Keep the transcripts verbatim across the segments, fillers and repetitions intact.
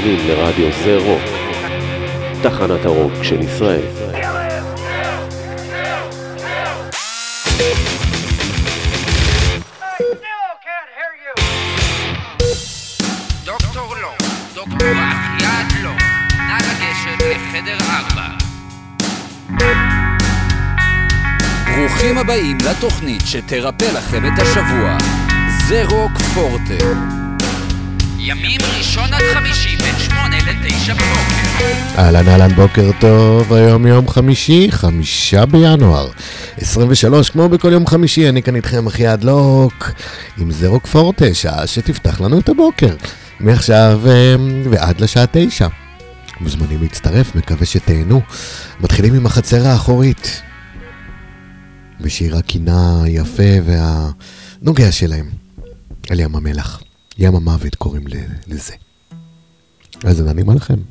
מאזינים לרדיו זה רוק, תחנת הרוק של ישראל. דוקטור לא, דוקטור יד לא, נא לגשת לחדר ארבע. ברוכים הבאים לתוכנית שתרפא לכם את השבוע, זה רוק פורטה. ימים ראשון עד חמישי בין שמונה לתשע בבוקר. אהלן אהלן, בוקר טוב. היום יום חמישי, חמישה בינואר עשרים ושלוש, כמו בכל יום חמישי אני כאן איתכם אחי הדלוק עם זה רוק פורטה, שעה שתפתח לנו את הבוקר מעכשיו ועד לשעה תשע. מוזמנים להצטרף, מקווה שתהנו. מתחילים עם החצר האחורית בשיר הקינה היפה והנוגע שלהם על ים המלח, ים המוות קוראים לזה. אז אני מה לכם.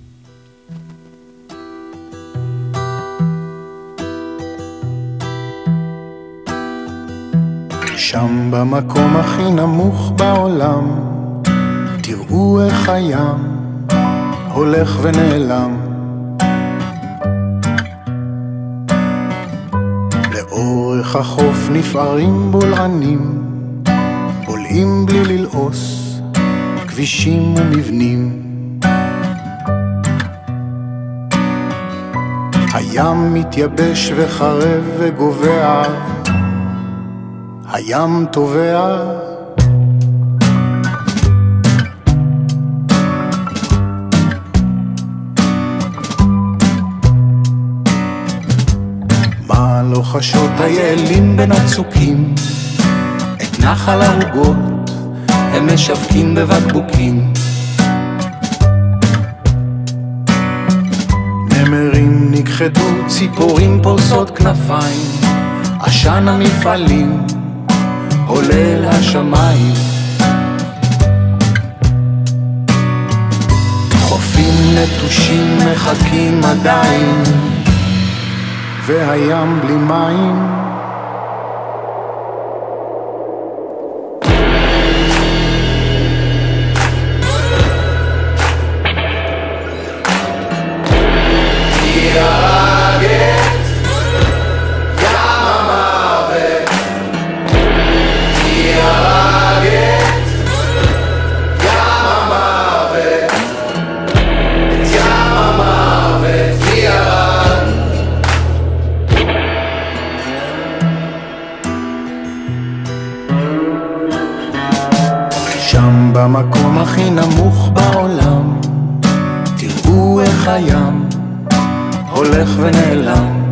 שם במקום הכי נמוך בעולם תראו איך הים הולך ונעלם, לאורך החוף נפערים בולענים, בולעים בלי ללעוס כבישים ומבנים. הים מתייבש וחרב וגובע, הים טובע, מה לא חשות היעלים בין הצוקים, את נחל הרוגות הם משווקים בבקבוקים. נמרים נכחדו, ציפורים פורסות כנפיים, עשן המפעלים עולה לשמיים. חופים נטושים מחכים עדיין, והים בלי מים. במקום הכי נמוך בעולם תראו איך הים הולך ונעלם,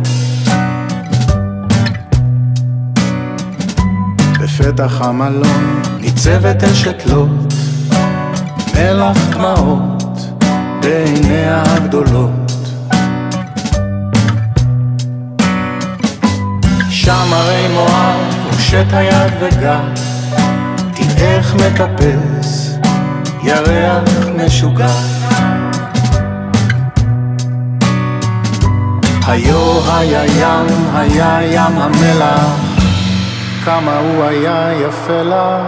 בפתח המלון ניצבת אשת לוט, מלח דמעות בעיניה הגדולות. שם הרי מואב הושט היד וגע, תראה איך מטפס ירח משוגע. היו היה ים, היה ים המלח, כמה הוא היה יפה לך.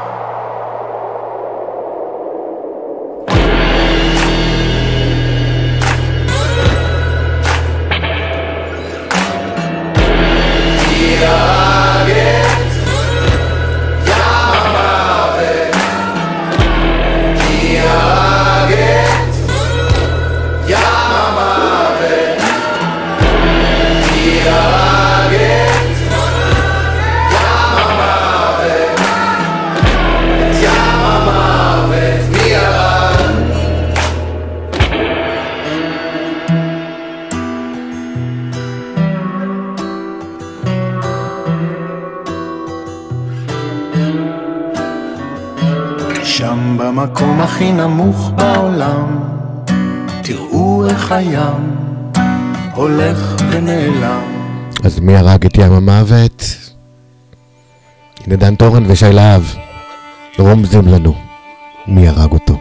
שם במקום הכי נמוך בעולם תראו איך הים הולך ונעלם. אז מי הרג את ים המוות? הנה דן טורן ושי להב רומזים לנו מי הרג אותו.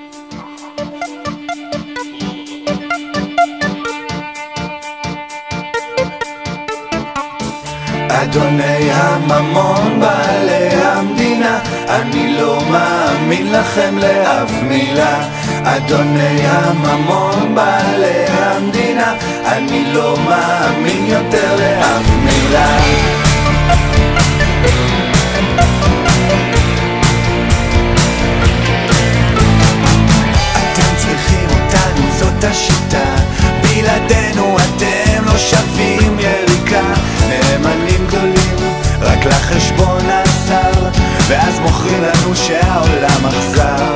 אדוני הממון בעלי המדינה, אני לא מאמין לכם לאף מילה. אדוני הממון בעלי המדינה, אני לא מאמין יותר לאף מילה. אתם צריכים אותנו, זאת השיטה, בלעדינו אתם לא שווים יריקה. נאמנים גדולים רק לחשבון השר, ואז מוכרים לנו שהעולם אכזר.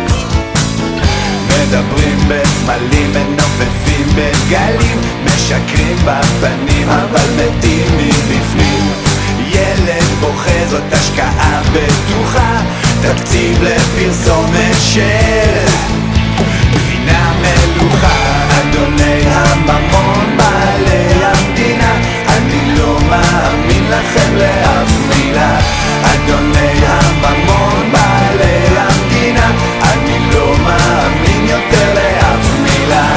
מדברים בסמלים, מנופפים בגלים, משקרים בפנים אבל מתים מבפנים. ילד בוכה זאת השקעה בטוחה, תקציב לפרסומת של גבינה מלוכה. אדוני הממון בעלי המדינה, אני לא מאמין לכם לאף מילה. אדוני הממון בעלי המדינה, אני לא מאמין יותר לאף מילה.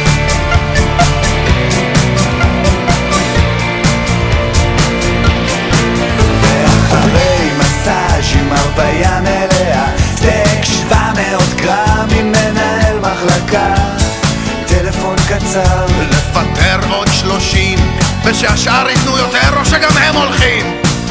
ואחרי מסאז' עם הרפאיה מלאה, סטייק שבע מאות גרם עם מנהל מחלקה, טלפון קצר לפטר עוד שלושים ושהשאר ייתנו יותר או שגם הם הולכים.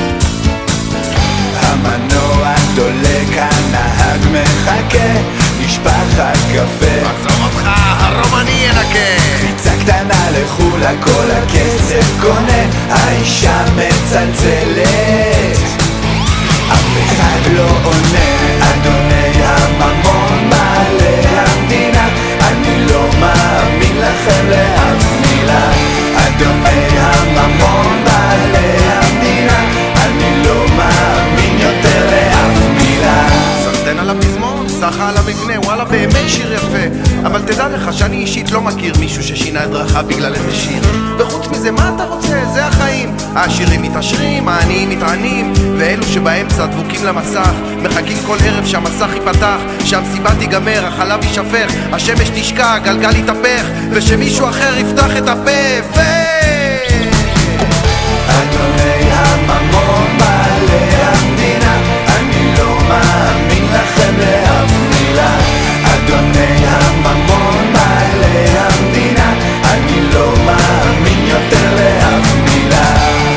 המנוע דולק, הנהג מחכה, נשפך הקפה, עזוב אותך, הרומני ינקה. קפיצה קטנה לחולה, כל הכסף קונה, האישה מצלצלת, אף אחד לא עונה. אדוני הממון בעלי המדינה, אני לא מאמין לכם לאף מילה. אדוני הממון בעלי המדינה, אני לא מאמין יותר לאף מילה. סרטן על הפזמון, סחה על המבנה, וואלה באמת שיר יפה. אבל תדע לך שאני אישית לא מכיר מישהו ששינה את דרכה בגלל איזה שיר. וחוץ מזה מה אתה רוצה? זה החיים. העשירים מתעשרים, העניים מתענים, ואלו שבאמצע דבוקים למסך, מחכים כל ערב שהמסך ייפתח, שהמסיבה תיגמר, החלב יישפך, השמש תשקע, גלגל יתהפך, ושמישהו אחר יפתח את הפה. ו... אדוני הממון בעלי המדינה, אני לא מאמין לכם לאף מילה. אדוני הממון בעלי המדינה, אני לא מאמין יותר לאף מילה.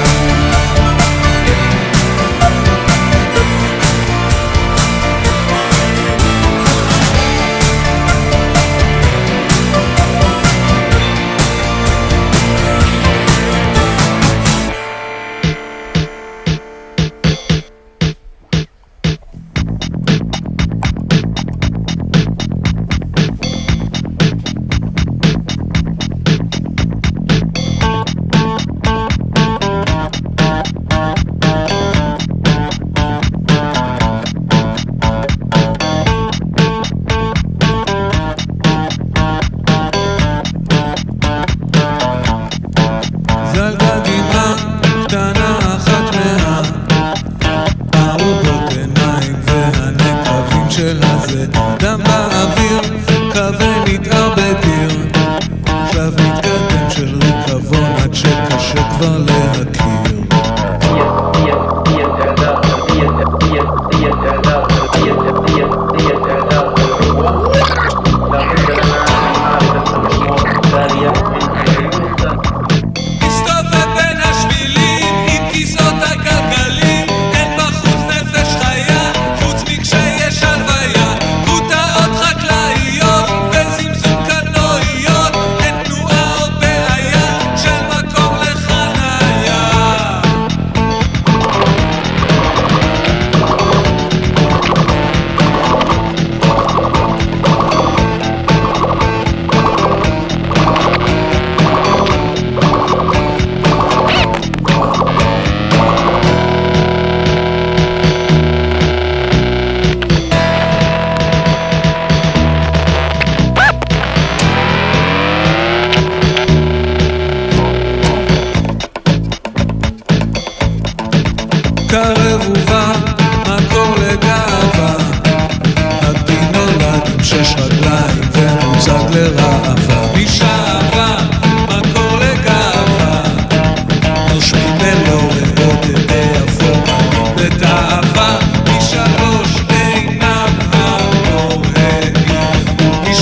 קרב ובא, מקור לגאווה, הגדי נולד עם שש רגליים ומוצג לרעבה. משאהבה, מקור לגאווה, נושמים אלו ראות את היפו בתאווה. משלוש עיניו המורהים,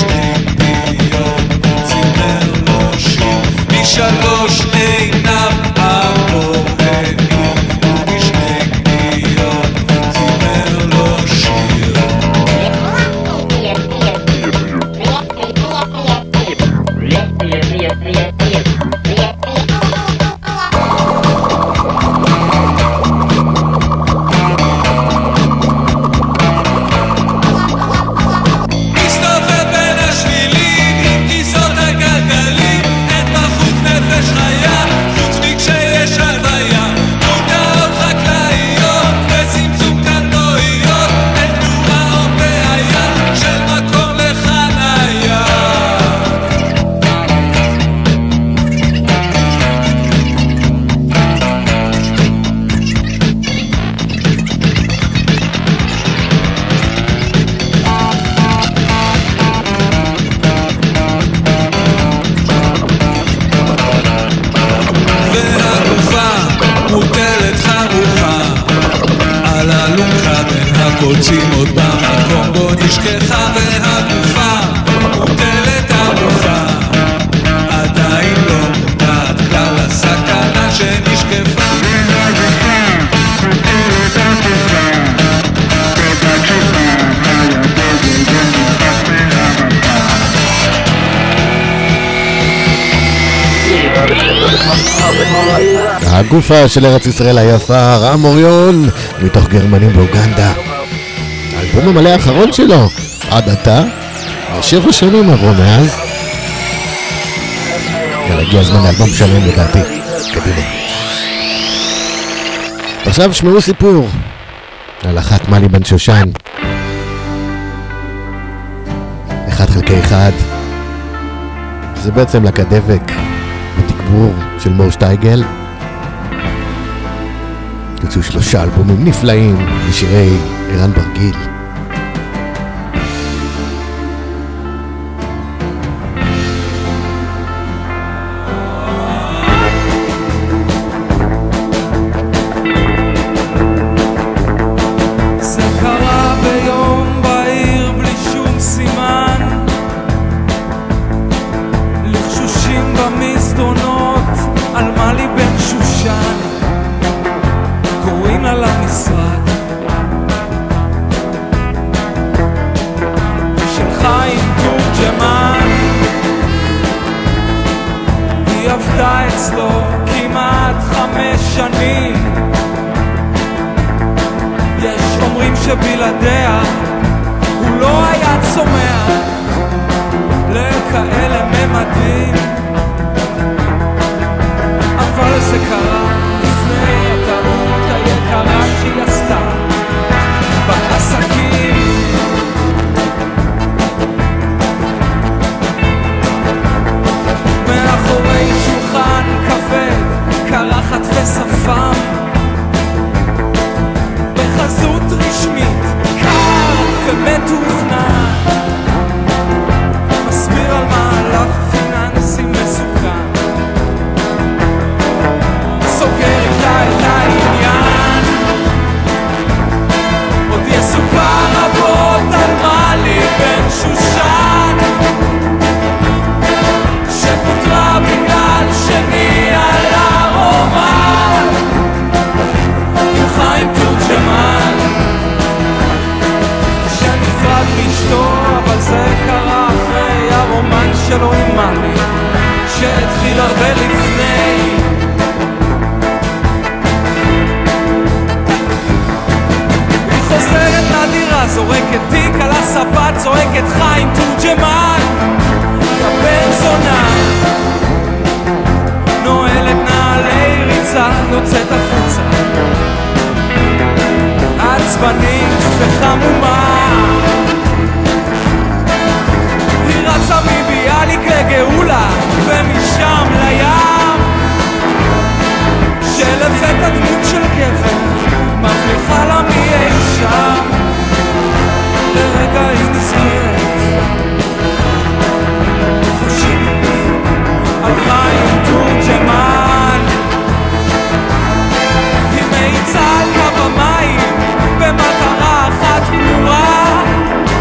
מוצאים אותה מקום בו נשכחה והגופה מוטלת ערופה עדיין לא מודעת כלל הסכנה שנשקפה הגופה של ארץ ישראל היפה, רם אוריון, מתוך גרמנים באוגנדה. האלבום המלא האחרון שלו, עד עתה, שבע שנים עברו מאז. הגיע הזמן לאלבום שלם לדעתי, קדימה. עכשיו שמעו סיפור על אחת מלי בן שושן. אחד חלקי אחד. זה בעצם לקדבק. בתקבור של מור שטייגל יצאו שלושה אלבומים נפלאים בשירי ערן ברגיל.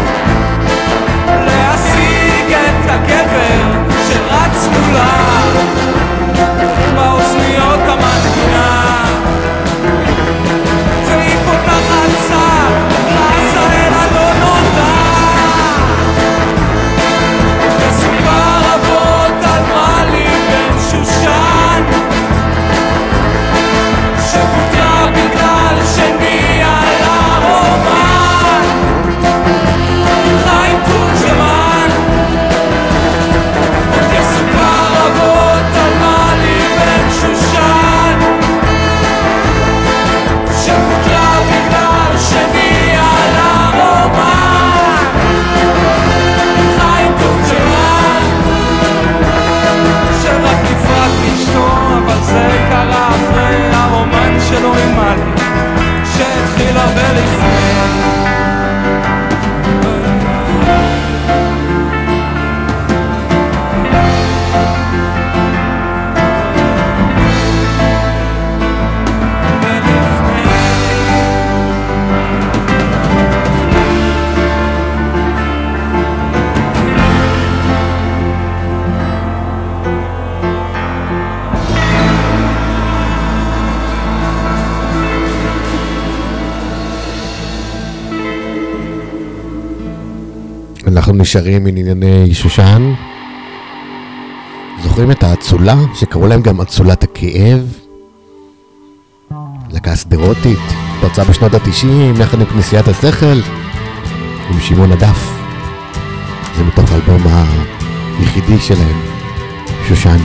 להשיג את הגבר שרץ מולה אנחנו נשארים עם ענייני שושן. זוכרים את האצולה, שקראו להם גם אצולת הכאב? להקה סדרותית, פרצה בשנות ה-תשעים, יחד עם כנסיית השכל, עם שמעון הדף. זה מתוך האלבום היחידי שלהם, שושן.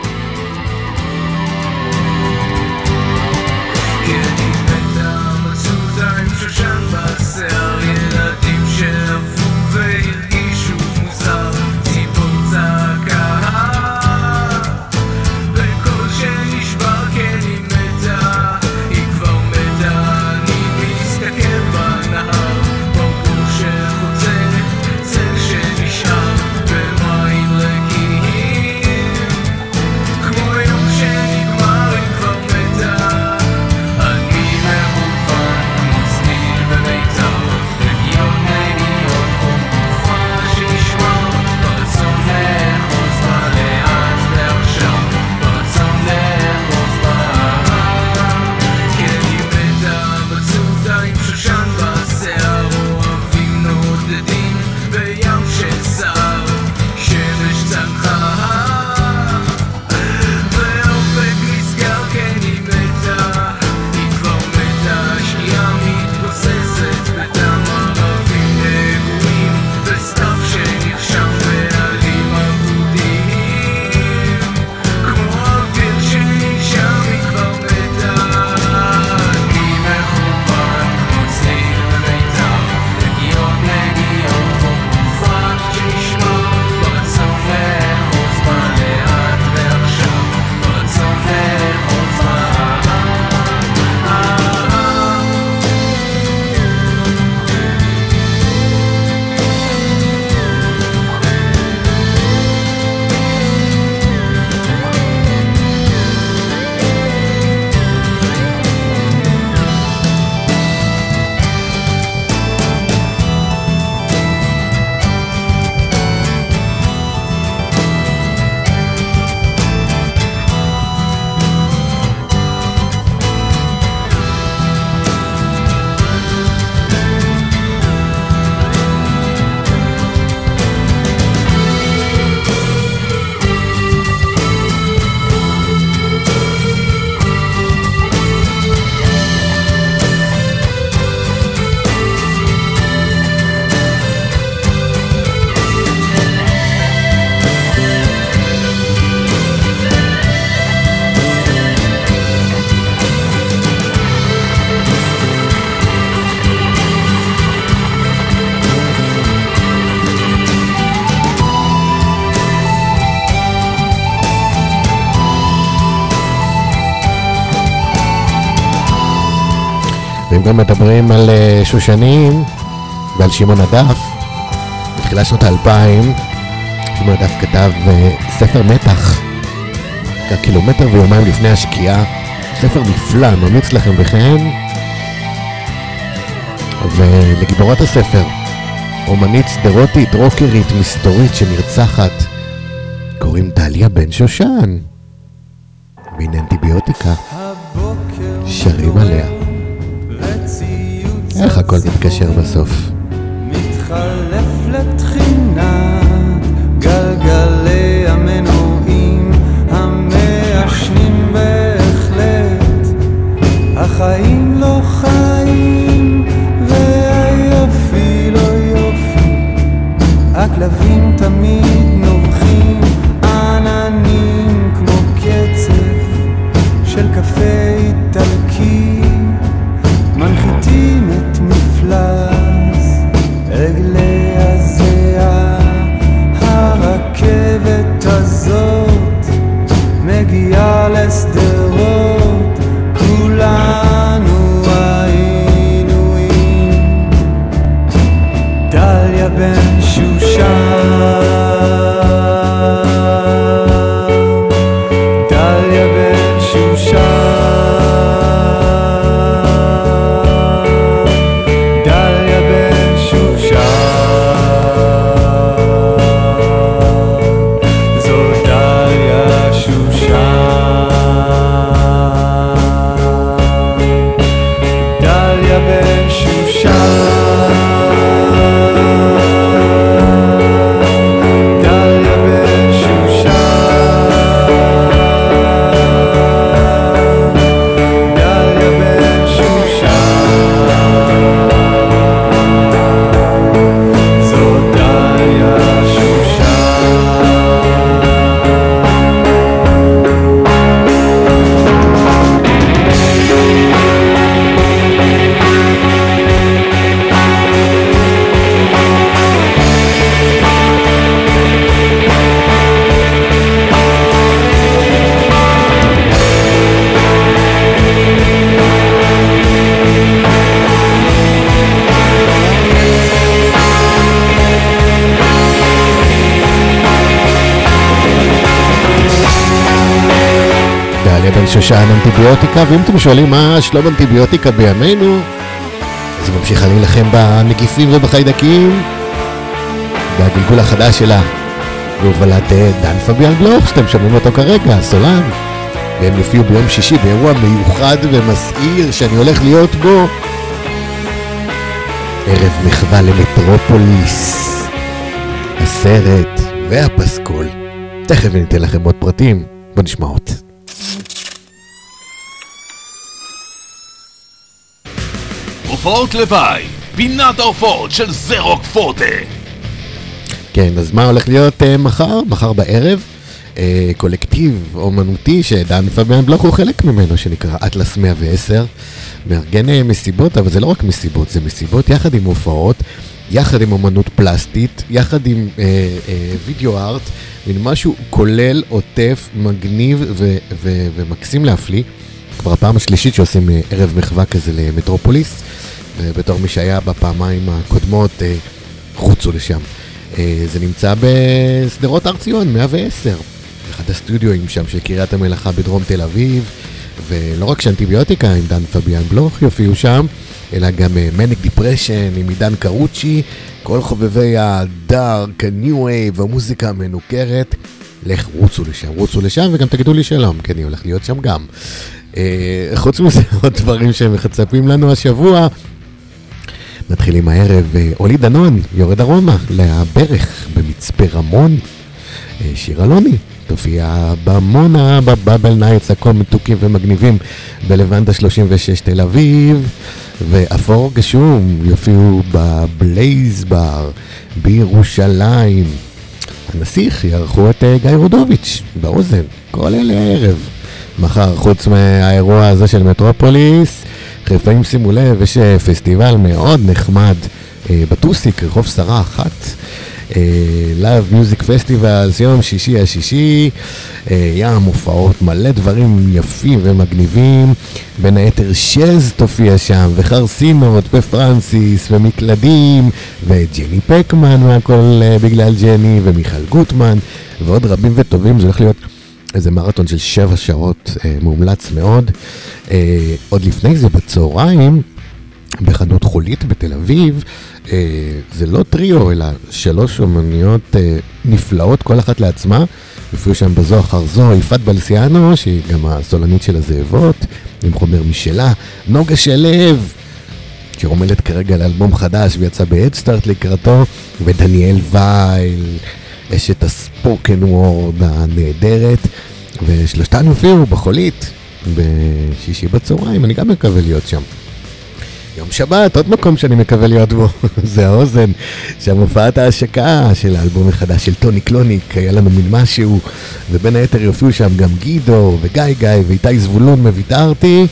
ואם גם מדברים על שושנים ועל שמעון הדף, בתחילת שנות האלפיים שמעון הדף כתב ספר מתח, קילומטר ויומיים לפני השקיעה, ספר נפלא, ממליץ לכם בכן. ולגיבורת הספר, אומנית סדרותית, רוקרית, מסתורית שנרצחת, קוראים דליה בן שושן. והנה אנטיביוטיקה, שרים עליה. איך הכל מתקשר בסוף. מתחלף לתחינה גלגלי המנועים המעשנים בהחלט, החיים לא חיים והיופי לא יופי, הכלבים תמיד נובחים, עננים כמו קצב של קפה איטלקי מנחיתים את מפלס של שושן אנטיביוטיקה, ואם אתם שואלים מה שלום אנטיביוטיקה בימינו, אז היא ממשיכה להילחם בנגיפים ובחיידקים והגלגול החדש שלה בהובלת דן פביאן בלוך, שאתם שומעים אותו כרגע, סולן, והם יופיעו ביום שישי באירוע מיוחד ומסעיר שאני הולך להיות בו, ערב מחווה למטרופוליס, הסרט והפסקול. תכף ניתן לכם עוד פרטים, בוא נשמע עוד. הופעות לוואי, פינת ההופעות של זרוק פורטה. כן, אז מה הולך להיות uh, מחר? מחר בערב, uh, קולקטיב אומנותי שדן פביאן בלוך הוא חלק ממנו, שנקרא אטלס מאה ועשר, מארגן uh, מסיבות, אבל זה לא רק מסיבות, זה מסיבות יחד עם הופעות, יחד עם אומנות פלסטית, יחד עם uh, uh, וידאו ארט, מן משהו כולל, עוטף, מגניב ו- ו- ומקסים להפליא. כבר הפעם השלישית שעושים uh, ערב מחווה כזה למטרופוליס, ובתור מי שהיה בפעמיים הקודמות, uh, חוצו לשם. Uh, זה נמצא בסדרות הר ציון, מאה ועשר, אחד הסטודיואים שם של קריית המלאכה בדרום תל אביב, ולא רק שאנטיביוטיקה עם דן פביאן בלוך יופיעו שם, אלא גם מניק דיפרשן עם עידן קרוצ'י, כל חובבי הדארק, הניו וייב, המוזיקה המנוכרת. לך, רוצו לשם, רוצו לשם, וגם תגידו לי שלום, כי אני הולך להיות שם גם. אה, חוץ מזה, עוד דברים שמחצפים לנו השבוע. מתחילים הערב, אולי דנון יורד ארומה לברך במצפה רמון. אה, שיר אלוני תופיע במונה, בבאבל נייטס, הכל מתוקים ומגניבים בלבנדה שלושים ושש תל אביב, ואפור גשום יופיעו בבלייז בר בירושלים. הנסיך יערכו את גיא רודוביץ' באוזן, כל אלה הערב. מחר, חוץ מהאירוע הזה של מטרופוליס, חיפאים שימו לב, יש פסטיבל מאוד נחמד בטוסיק, רחוב שרה אחת, Live Music Festival, יום שישי השישי, ים מופעות, מלא דברים יפים ומגניבים, בין היתר שז תופיע שם, וחרסינות, ופרנסיס, ומקלדים, וג'ני פקמן מהכל בגלל ג'ני, ומיכל גוטמן, ועוד רבים וטובים. זה הולך להיות איזה מרתון של שבע שעות, מומלץ מאוד. עוד לפני זה בצהריים, בחנות חולית בתל אביב, אה, זה לא טריו, אלא שלוש אומניות אה, נפלאות, כל אחת לעצמה. יופיעו שם בזו אחר זו, יפעת בלסיאנו, שהיא גם הסולנית של הזאבות, עם חומר משלה, נוגה שלו, שעומדת כרגע על אלבום חדש ויצא בהדסטארט לקראתו, ודניאל וייל, אשת הספוקן וורד הנהדרת, ושלושתן יופיעו בחולית בשישי בצהריים. אני גם מקווה להיות שם. יום שבת, עוד מקום שאני מקווה להיות בו, זה האוזן, שם הופעת ההשקה של האלבום החדש של טוני קלוניק, היה לנו מן משהו, ובין היתר יופיעו שם גם גידו וגיא גיא ואיתי זבולון מוויתרתי.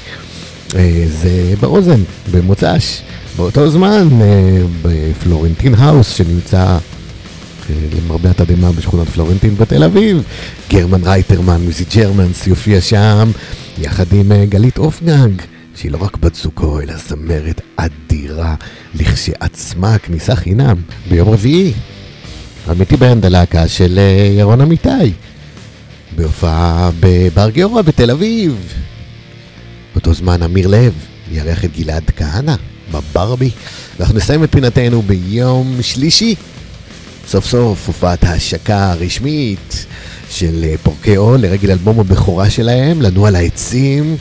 זה באוזן, במוצ"ש, באותו זמן, בפלורנטין האוס, שנמצא למרבה התדהמה בשכונת פלורנטין בתל אביב, גרמן רייטרמן מוזי ג'רמנס יופיע שם, יחד עם גלית אופגנג, שהיא לא רק בת זוגו, אלא זמרת אדירה, לכשעצמה, כניסה חינם, ביום רביעי. אמיתי בנד, הלהקה של ירון אמיתי, בהופעה בבר גיורא בתל אביב. באותו זמן אמיר לב יארח את גלעד כהנא בברבי, ואנחנו נסיים את פינתנו ביום שלישי, סוף סוף הופעת ההשקה הרשמית של פורקי אול לרגל אלבום הבכורה שלהם, לנוע על העצים.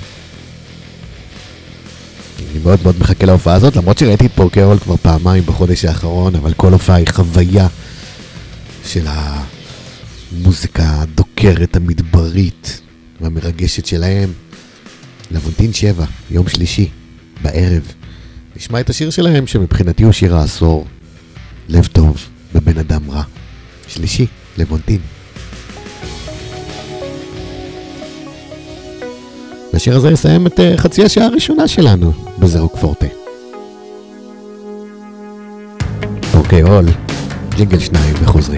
אני מאוד מאוד מחכה להופעה הזאת, למרות שראיתי את פורקי אול כבר פעמיים בחודש האחרון, אבל כל הופעה היא חוויה של המוזיקה הדוקרת, המדברית והמרגשת שלהם. לבונטין שבע, יום שלישי, בערב. נשמע את השיר שלהם, שמבחינתי הוא שיר העשור. לב טוב בבן אדם רע. שלישי, לבונטין. והשיר הזה יסיים את uh, חצי השעה הראשונה שלנו בזרוק פורטה. אוקיי, הול, ג'ינגל שניים וחוזרים.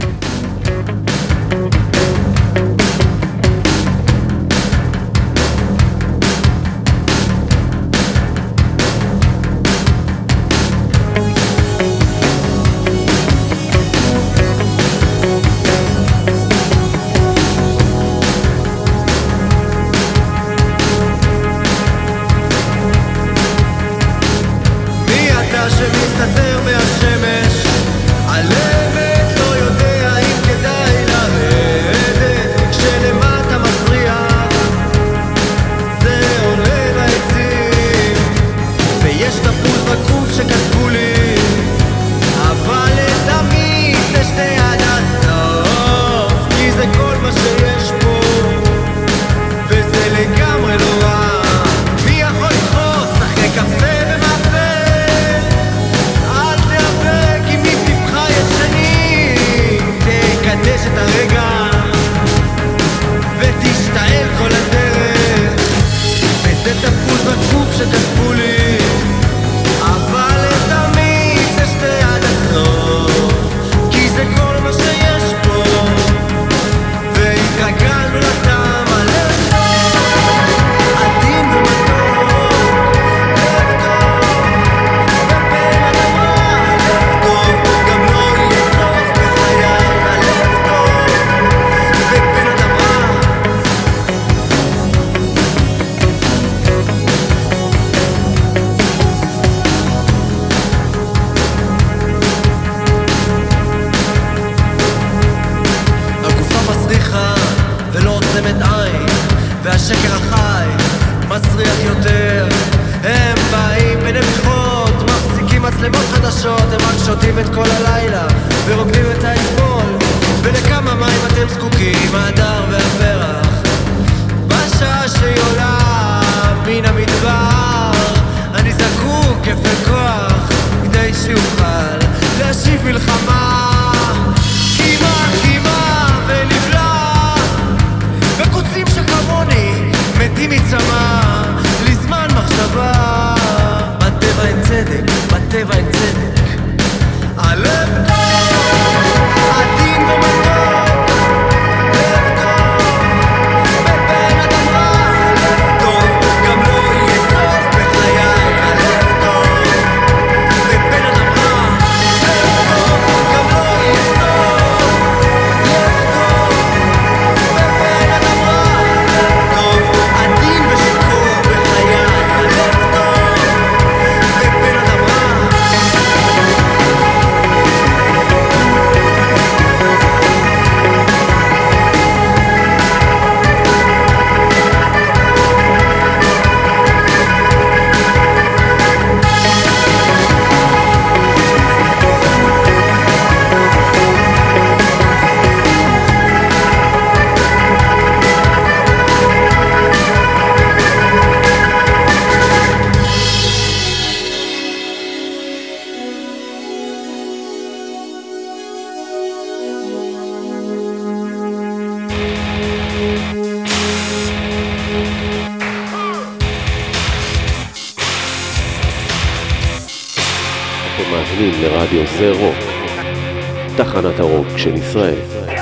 אתם מאזינים לרדיו זה רוק, תחנת הרוק של ישראל.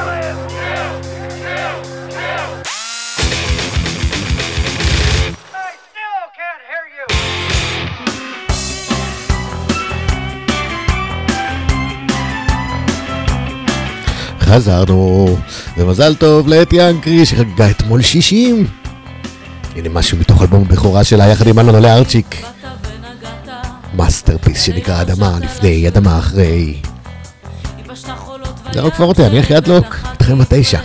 חזרנו, ומזל טוב לאתי אנקרי שחגגה אתמול שישים. הנה משהו מתוך אלבום בכורה שלה יחד עם אלון עולה ארצ'יק, מאסטרפיס שנקרא אדמה לפני אדמה אחרי. זהו כבר אותי, אני אחי הדלוק, איתכם התשע.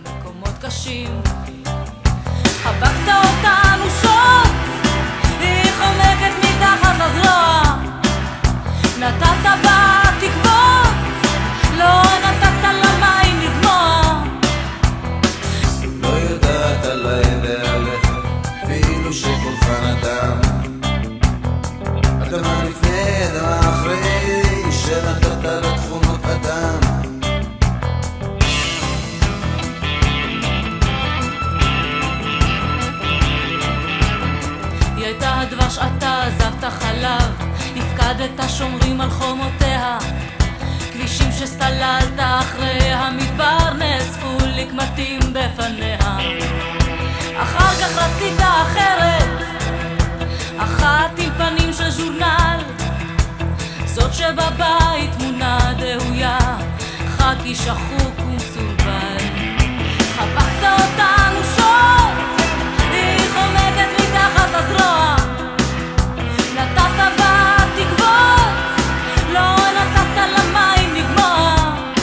הפקדת שומרים על חומותיה, כבישים שסללת אחרי המדבר נאספו לקמטים בפניה. אחר כך רצית אחרת, אחת עם פנים של ז'ורנל, זאת שבבית תמונה דהויה, חכי שחוק ומסורבל. חבקת אותנו שוט, היא חומקת מתחת לזרוע, נתת בה תקוות, לא נתת למים נגמוע.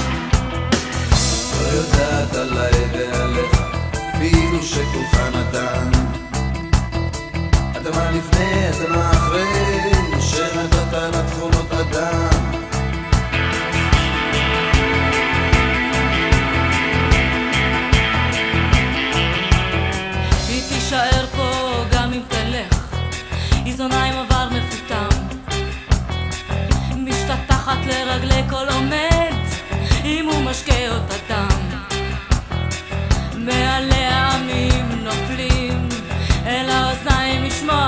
לא יודעת עליי ועליך, אפילו שכולך נתן. אדמה לפני, אדמה אחרי, שנתת לתכונות אדם. היא תישאר פה גם אם תלך, איזוניים עבר מפותם, משתתחת לרגלי כל עומד, אם הוא משקה אותה דם. מעליה עמים נופלים אל האוזניים לשמוע,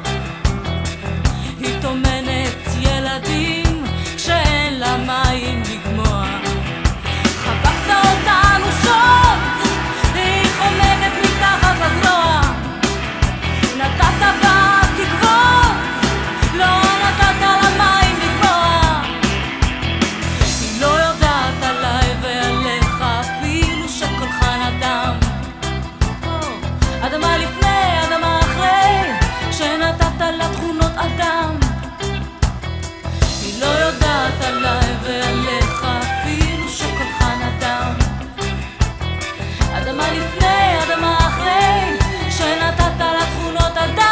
היא תומנת ילדים כשאין לה מים לגמוע. חבקת אותנו שוט, היא חומקת מתחת לזרוע, נתת בה תקוות, לא נתת למים לגמוע. היא לא יודעת עליי ועליך, אפילו שקולך נדם. אדמה לפני, אדמה אחרי, שנתת לה תכונות אדם. היא לא יודעת עליי ועליך, אפילו שקולך נדם. אדמה לפני, אדמה אחרי, שנתת לה תכונות אדם.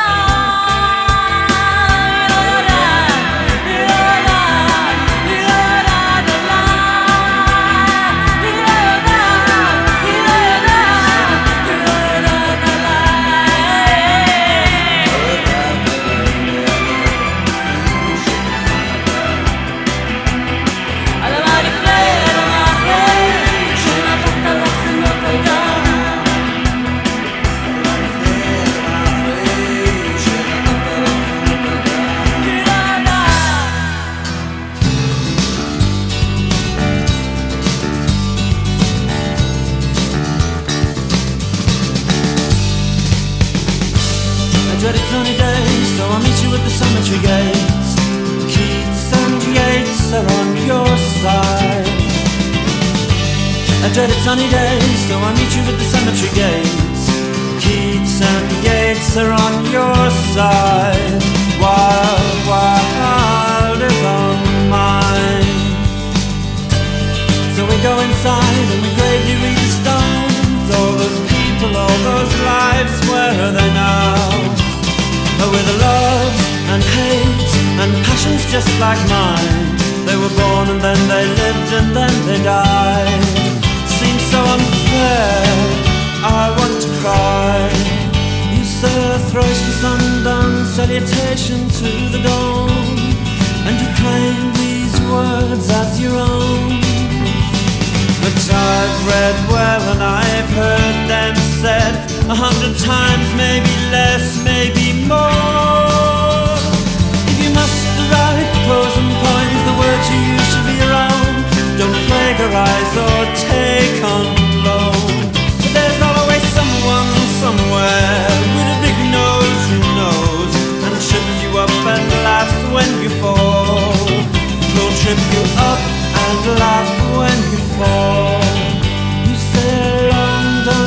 Sunny days, so I'll meet you at the cemetery gates. Keats and Yeats are on your side. I dreaded sunny days, so I'll meet you at the cemetery gates. Keats and Yeats are on your side. Wild, wild is on mine. So we go inside and we gravely read the stones. All those people, all those lives, where are they now? With loves and hates and passions just like mine. They were born and then they lived and then they died. Seems so unfair, I want to cry. You say a thrice the sun-done salutation to the dawn, and you claim these words as your own. But I've read well and I've heard them said a hundred times, maybe less, maybe more. If you must write prose and poems, the when you fall. We'll trip you up and laugh when you fall. You say London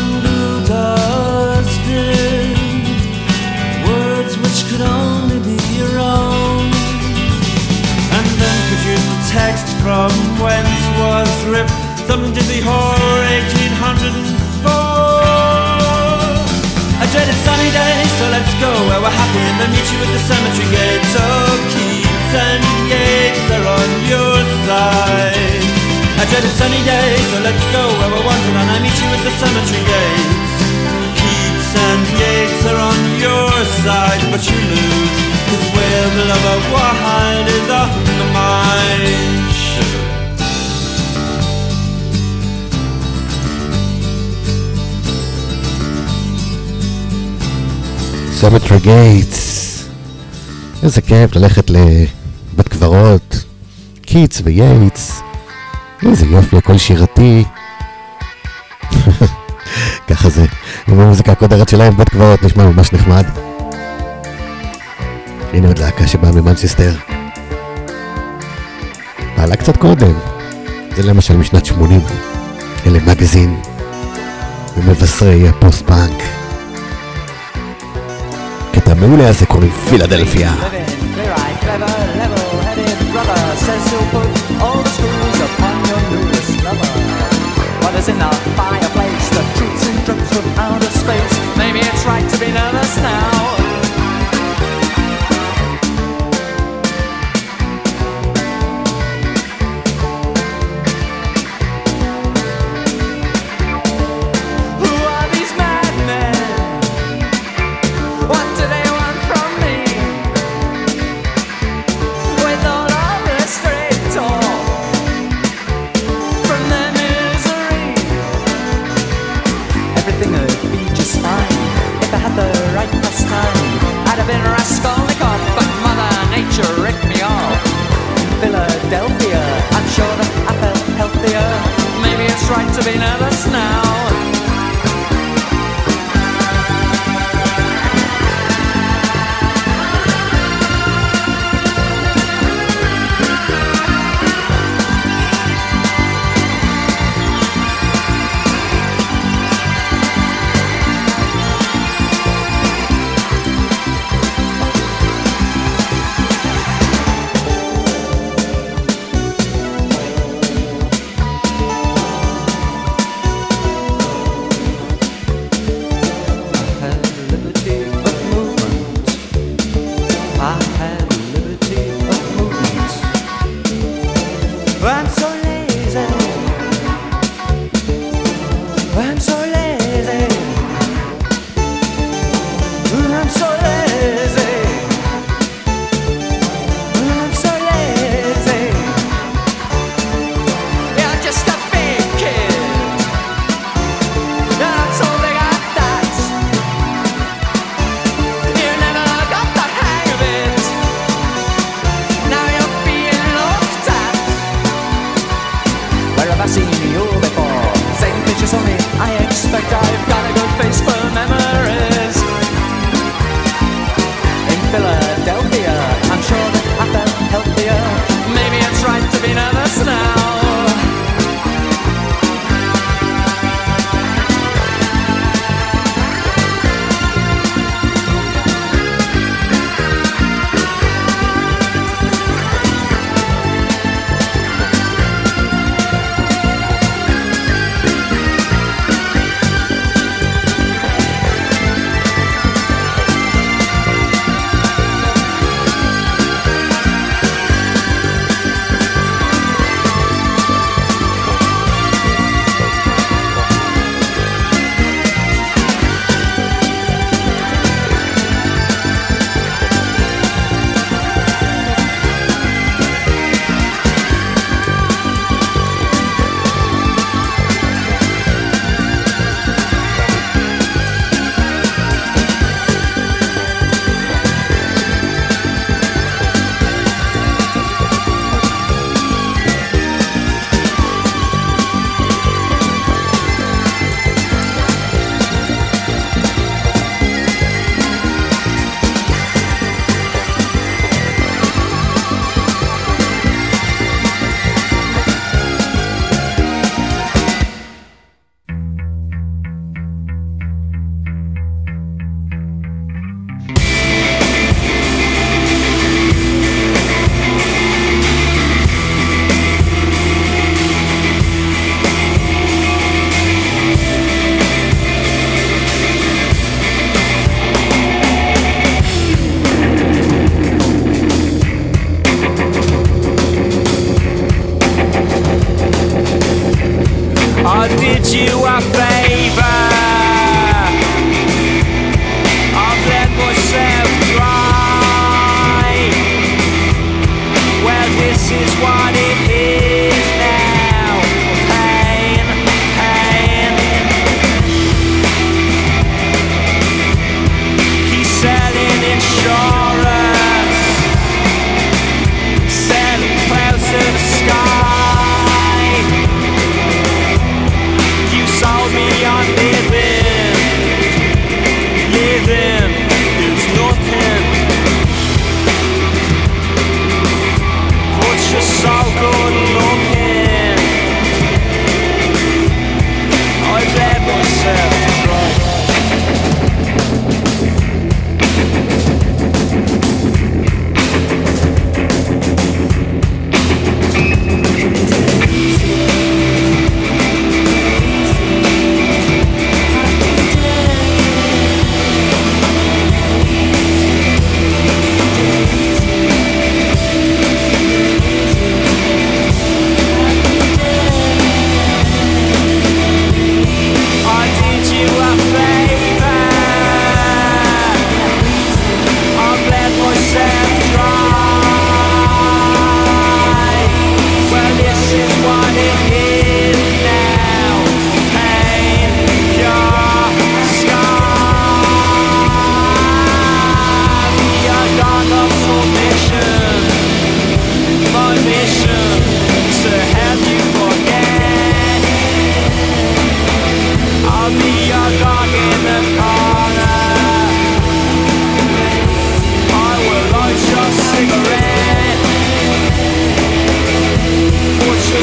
dusted words which could only be your own, and then produce the text from whence was ripped some dizzy horror eighteen oh four. A dreaded sunny day, so let's go where we're happy and then meet you at the cemetery gates. Oh, Keats and Yeats are on your side. A dreaded sunny day, so let's go where we're wanted and I meet you at the cemetery gates. Keats and Yeats are on your side, but you lose, 'cause where the lover wide is on the mind. Cemetery Gates. איזה כיף ללכת לבית קברות, קיטס וייטס, איזה יופי, הכל שירתי. ככה זה, עם המוזיקה הקודרת שלהם, בית קברות נשמע ממש נחמד. הנה עוד להקה שבאה ממנצ'סטר, פעלה קצת קודם, זה למשל משנת שמונים, אלה מגזין ומבשרי הפוסט-פאנק. קטע מעולה הזה קוראים פילדלפיה. In the fireplace, the truths and drugs from outer space. Maybe it's right to be nervous now. Who are these madmen? What do they want from me? With all of this straight talk from them. Everything would be just fine if I had the right pastime. I'd have been Raskolnikov, but Mother Nature ripped me off. In Philadelphia, I'm sure that I felt healthier. Maybe it's right to be nervous now.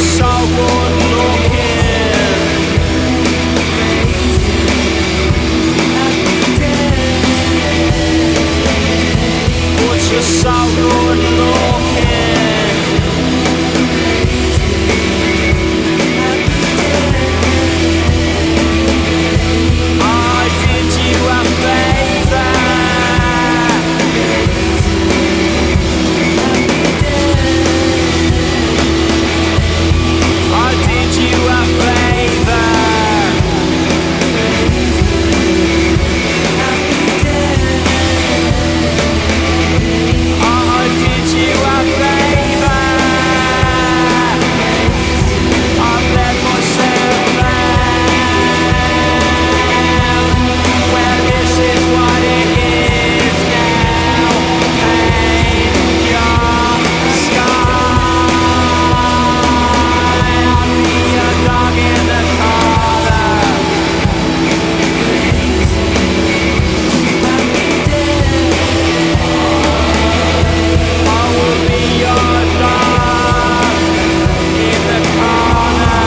so good looking. But you're so good looking. I did you a favor. I did you a favor. I did you a favor. I've let myself down. Well, this is what it is now. Paint your sky. I'll be a dog in the collar. I will be your dog in the corner.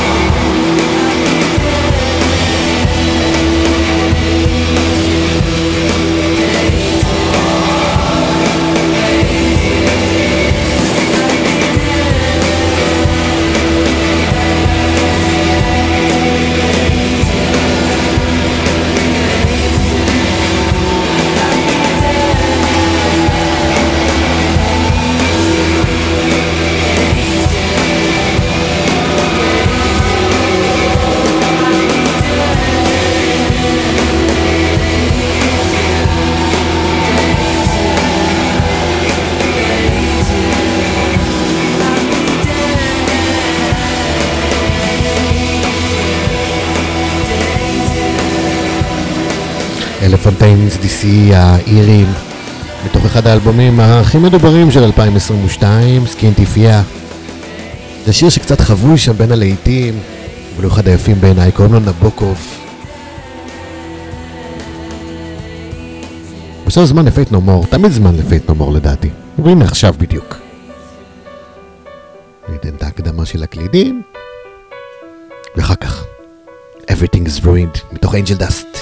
אלפנטיינס די סי האירים, מתוך אחד האלבומים הכי מדוברים של אלפיים עשרים ושתיים, סקינטיפיה. זה שיר שקצת חבוי שם בין הלהיטים, אבל הוא אחד היפים בעיניי, קוראים לו נבוקוב. עכשיו זמן לפייט נו מור, תמיד זמן לפייט נו מור לדעתי, והנה עכשיו בדיוק. ניתן את ההקדמה של הקלידים, ואחר כך Everything is Ruined מתוך Angel Dust.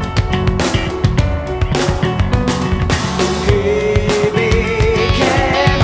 He became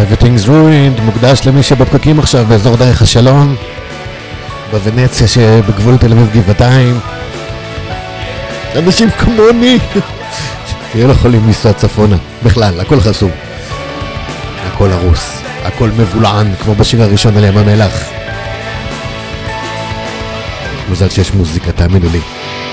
Everything's ruined, מוקדש למי שבפקקים עכשיו באזור דרך השלום, בוונציה שבגבול תל אביב גבעתיים. אנשים כמוני שלא יכולים לנסוע צפונה, בכלל, הכל חסום, הכל הרוס, הכל מבולען, כמו בשיר הראשון על ים המלח. מזל שיש מוזיקה, תאמינו לי.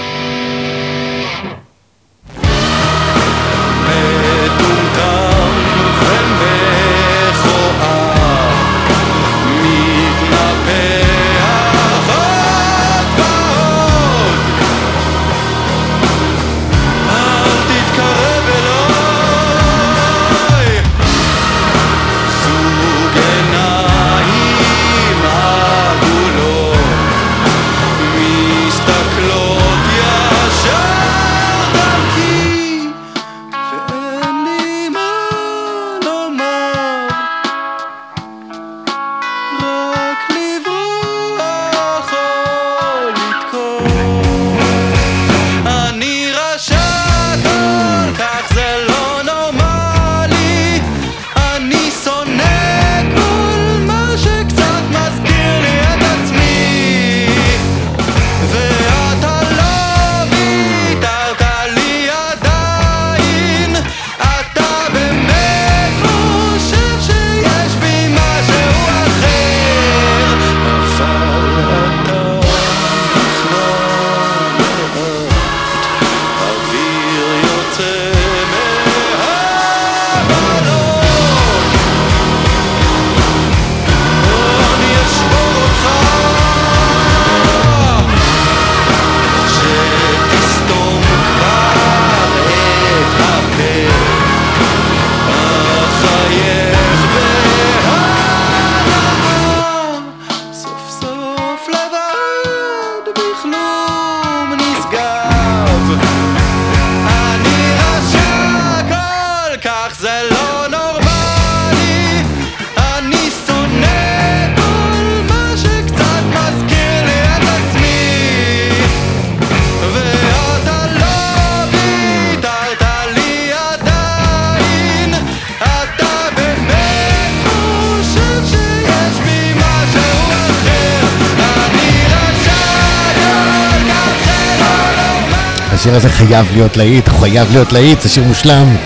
השיר הזה חייב להיות להיט, חייב להיות להיט, זה שיר מושלם.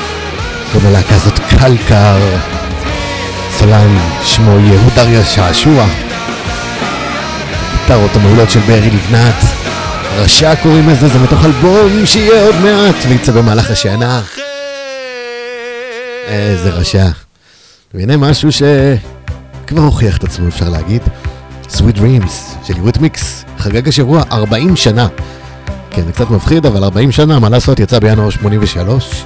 כל הלהקה הזאת קלקר, סולן שמו יהודה שעשוע, גיטרות המעולות של בארי לבנת, רשע קוראים לזה, זה מתוך אלבום שיהיה עוד מעט ויצא במהלך השנה. איזה רשע. והנה משהו שכבר הוכיח את עצמו, אפשר להגיד. Sweet Dreams של יוריתמיקס חגג השבוע ארבעים שנה. כן, זה קצת מפחיד, אבל ארבעים שנה, מה לעשות, יצא בינואר שמונים ושלוש.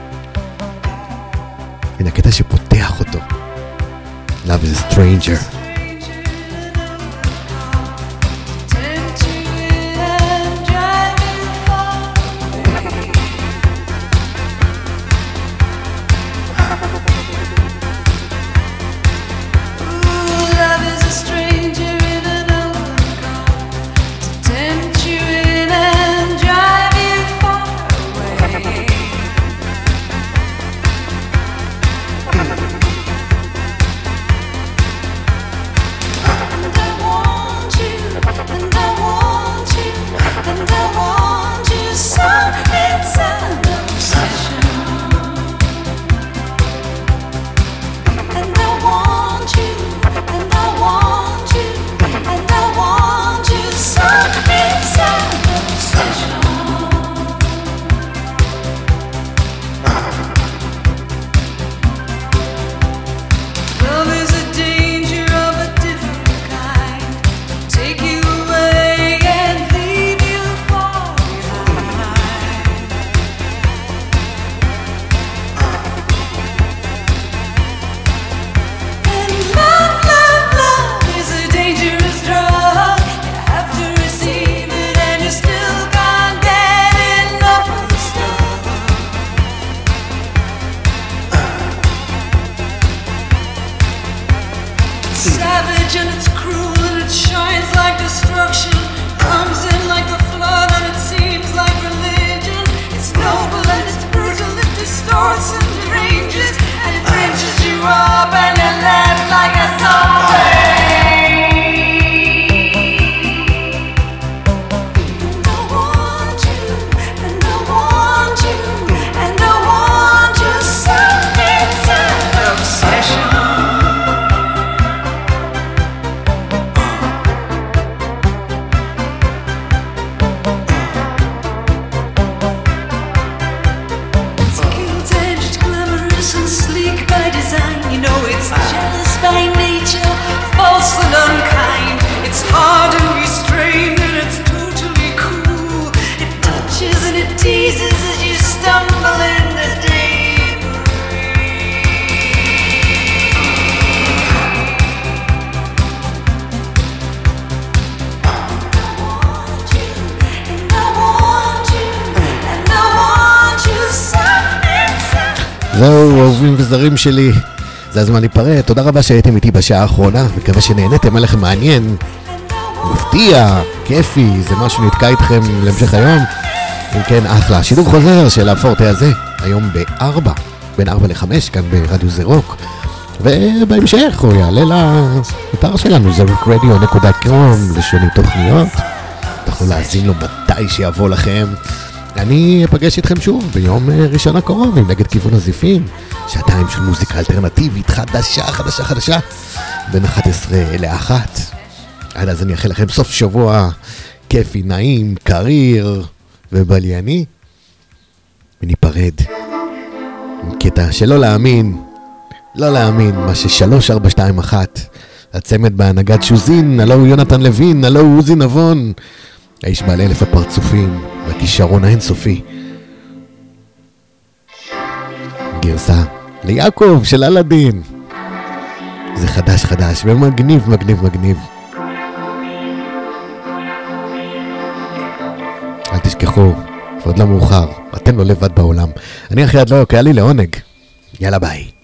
הנה הקטע שפותח אותו. Love is a stranger. זהו, אהובים וזרים שלי, זה הזמן להיפרד. תודה רבה שהייתם איתי בשעה האחרונה, מקווה שנהנתם, היה לכם מעניין, מפתיע, כיפי, זה משהו נתקע איתכם להמשך היום. אם כן, אחלה, שידור חוזר של הפורטה הזה, היום בארבע, בין ארבע לחמש, כאן ברדיו זה רוק, ובהמשך הוא יעלה לאתר שלנו, זה רוק רדיו נקודה קום, לשני תוכניות, תוכלו להאזין לו מתי שיבוא לכם. אני אפגש איתכם שוב ביום ראשון הקרוב עם נגד כיוון הזיפים, שעתיים של מוזיקה אלטרנטיבית חדשה, חדשה, חדשה, בין אחת עשרה לאחת. עד אז אני אאחל לכם סוף שבוע כיפי, נעים, קריר ובלייני, וניפרד עם קטע שלא להאמין, לא להאמין, מה ששלוש ארבע שתיים אחת, הצמד בהנהגת שוזין, הלא הוא יונתן לוין, הלא הוא עוזי נבון, האיש בעל אלף הפרצופים והכישרון האינסופי. גרסה ליעקב של אלאדין, זה חדש חדש ומגניב מגניב מגניב. אל תשכחו, ועוד לא מאוחר, אתם לא לבד בעולם. אני אחי עד לא, היה לי לעונג. יאללה ביי.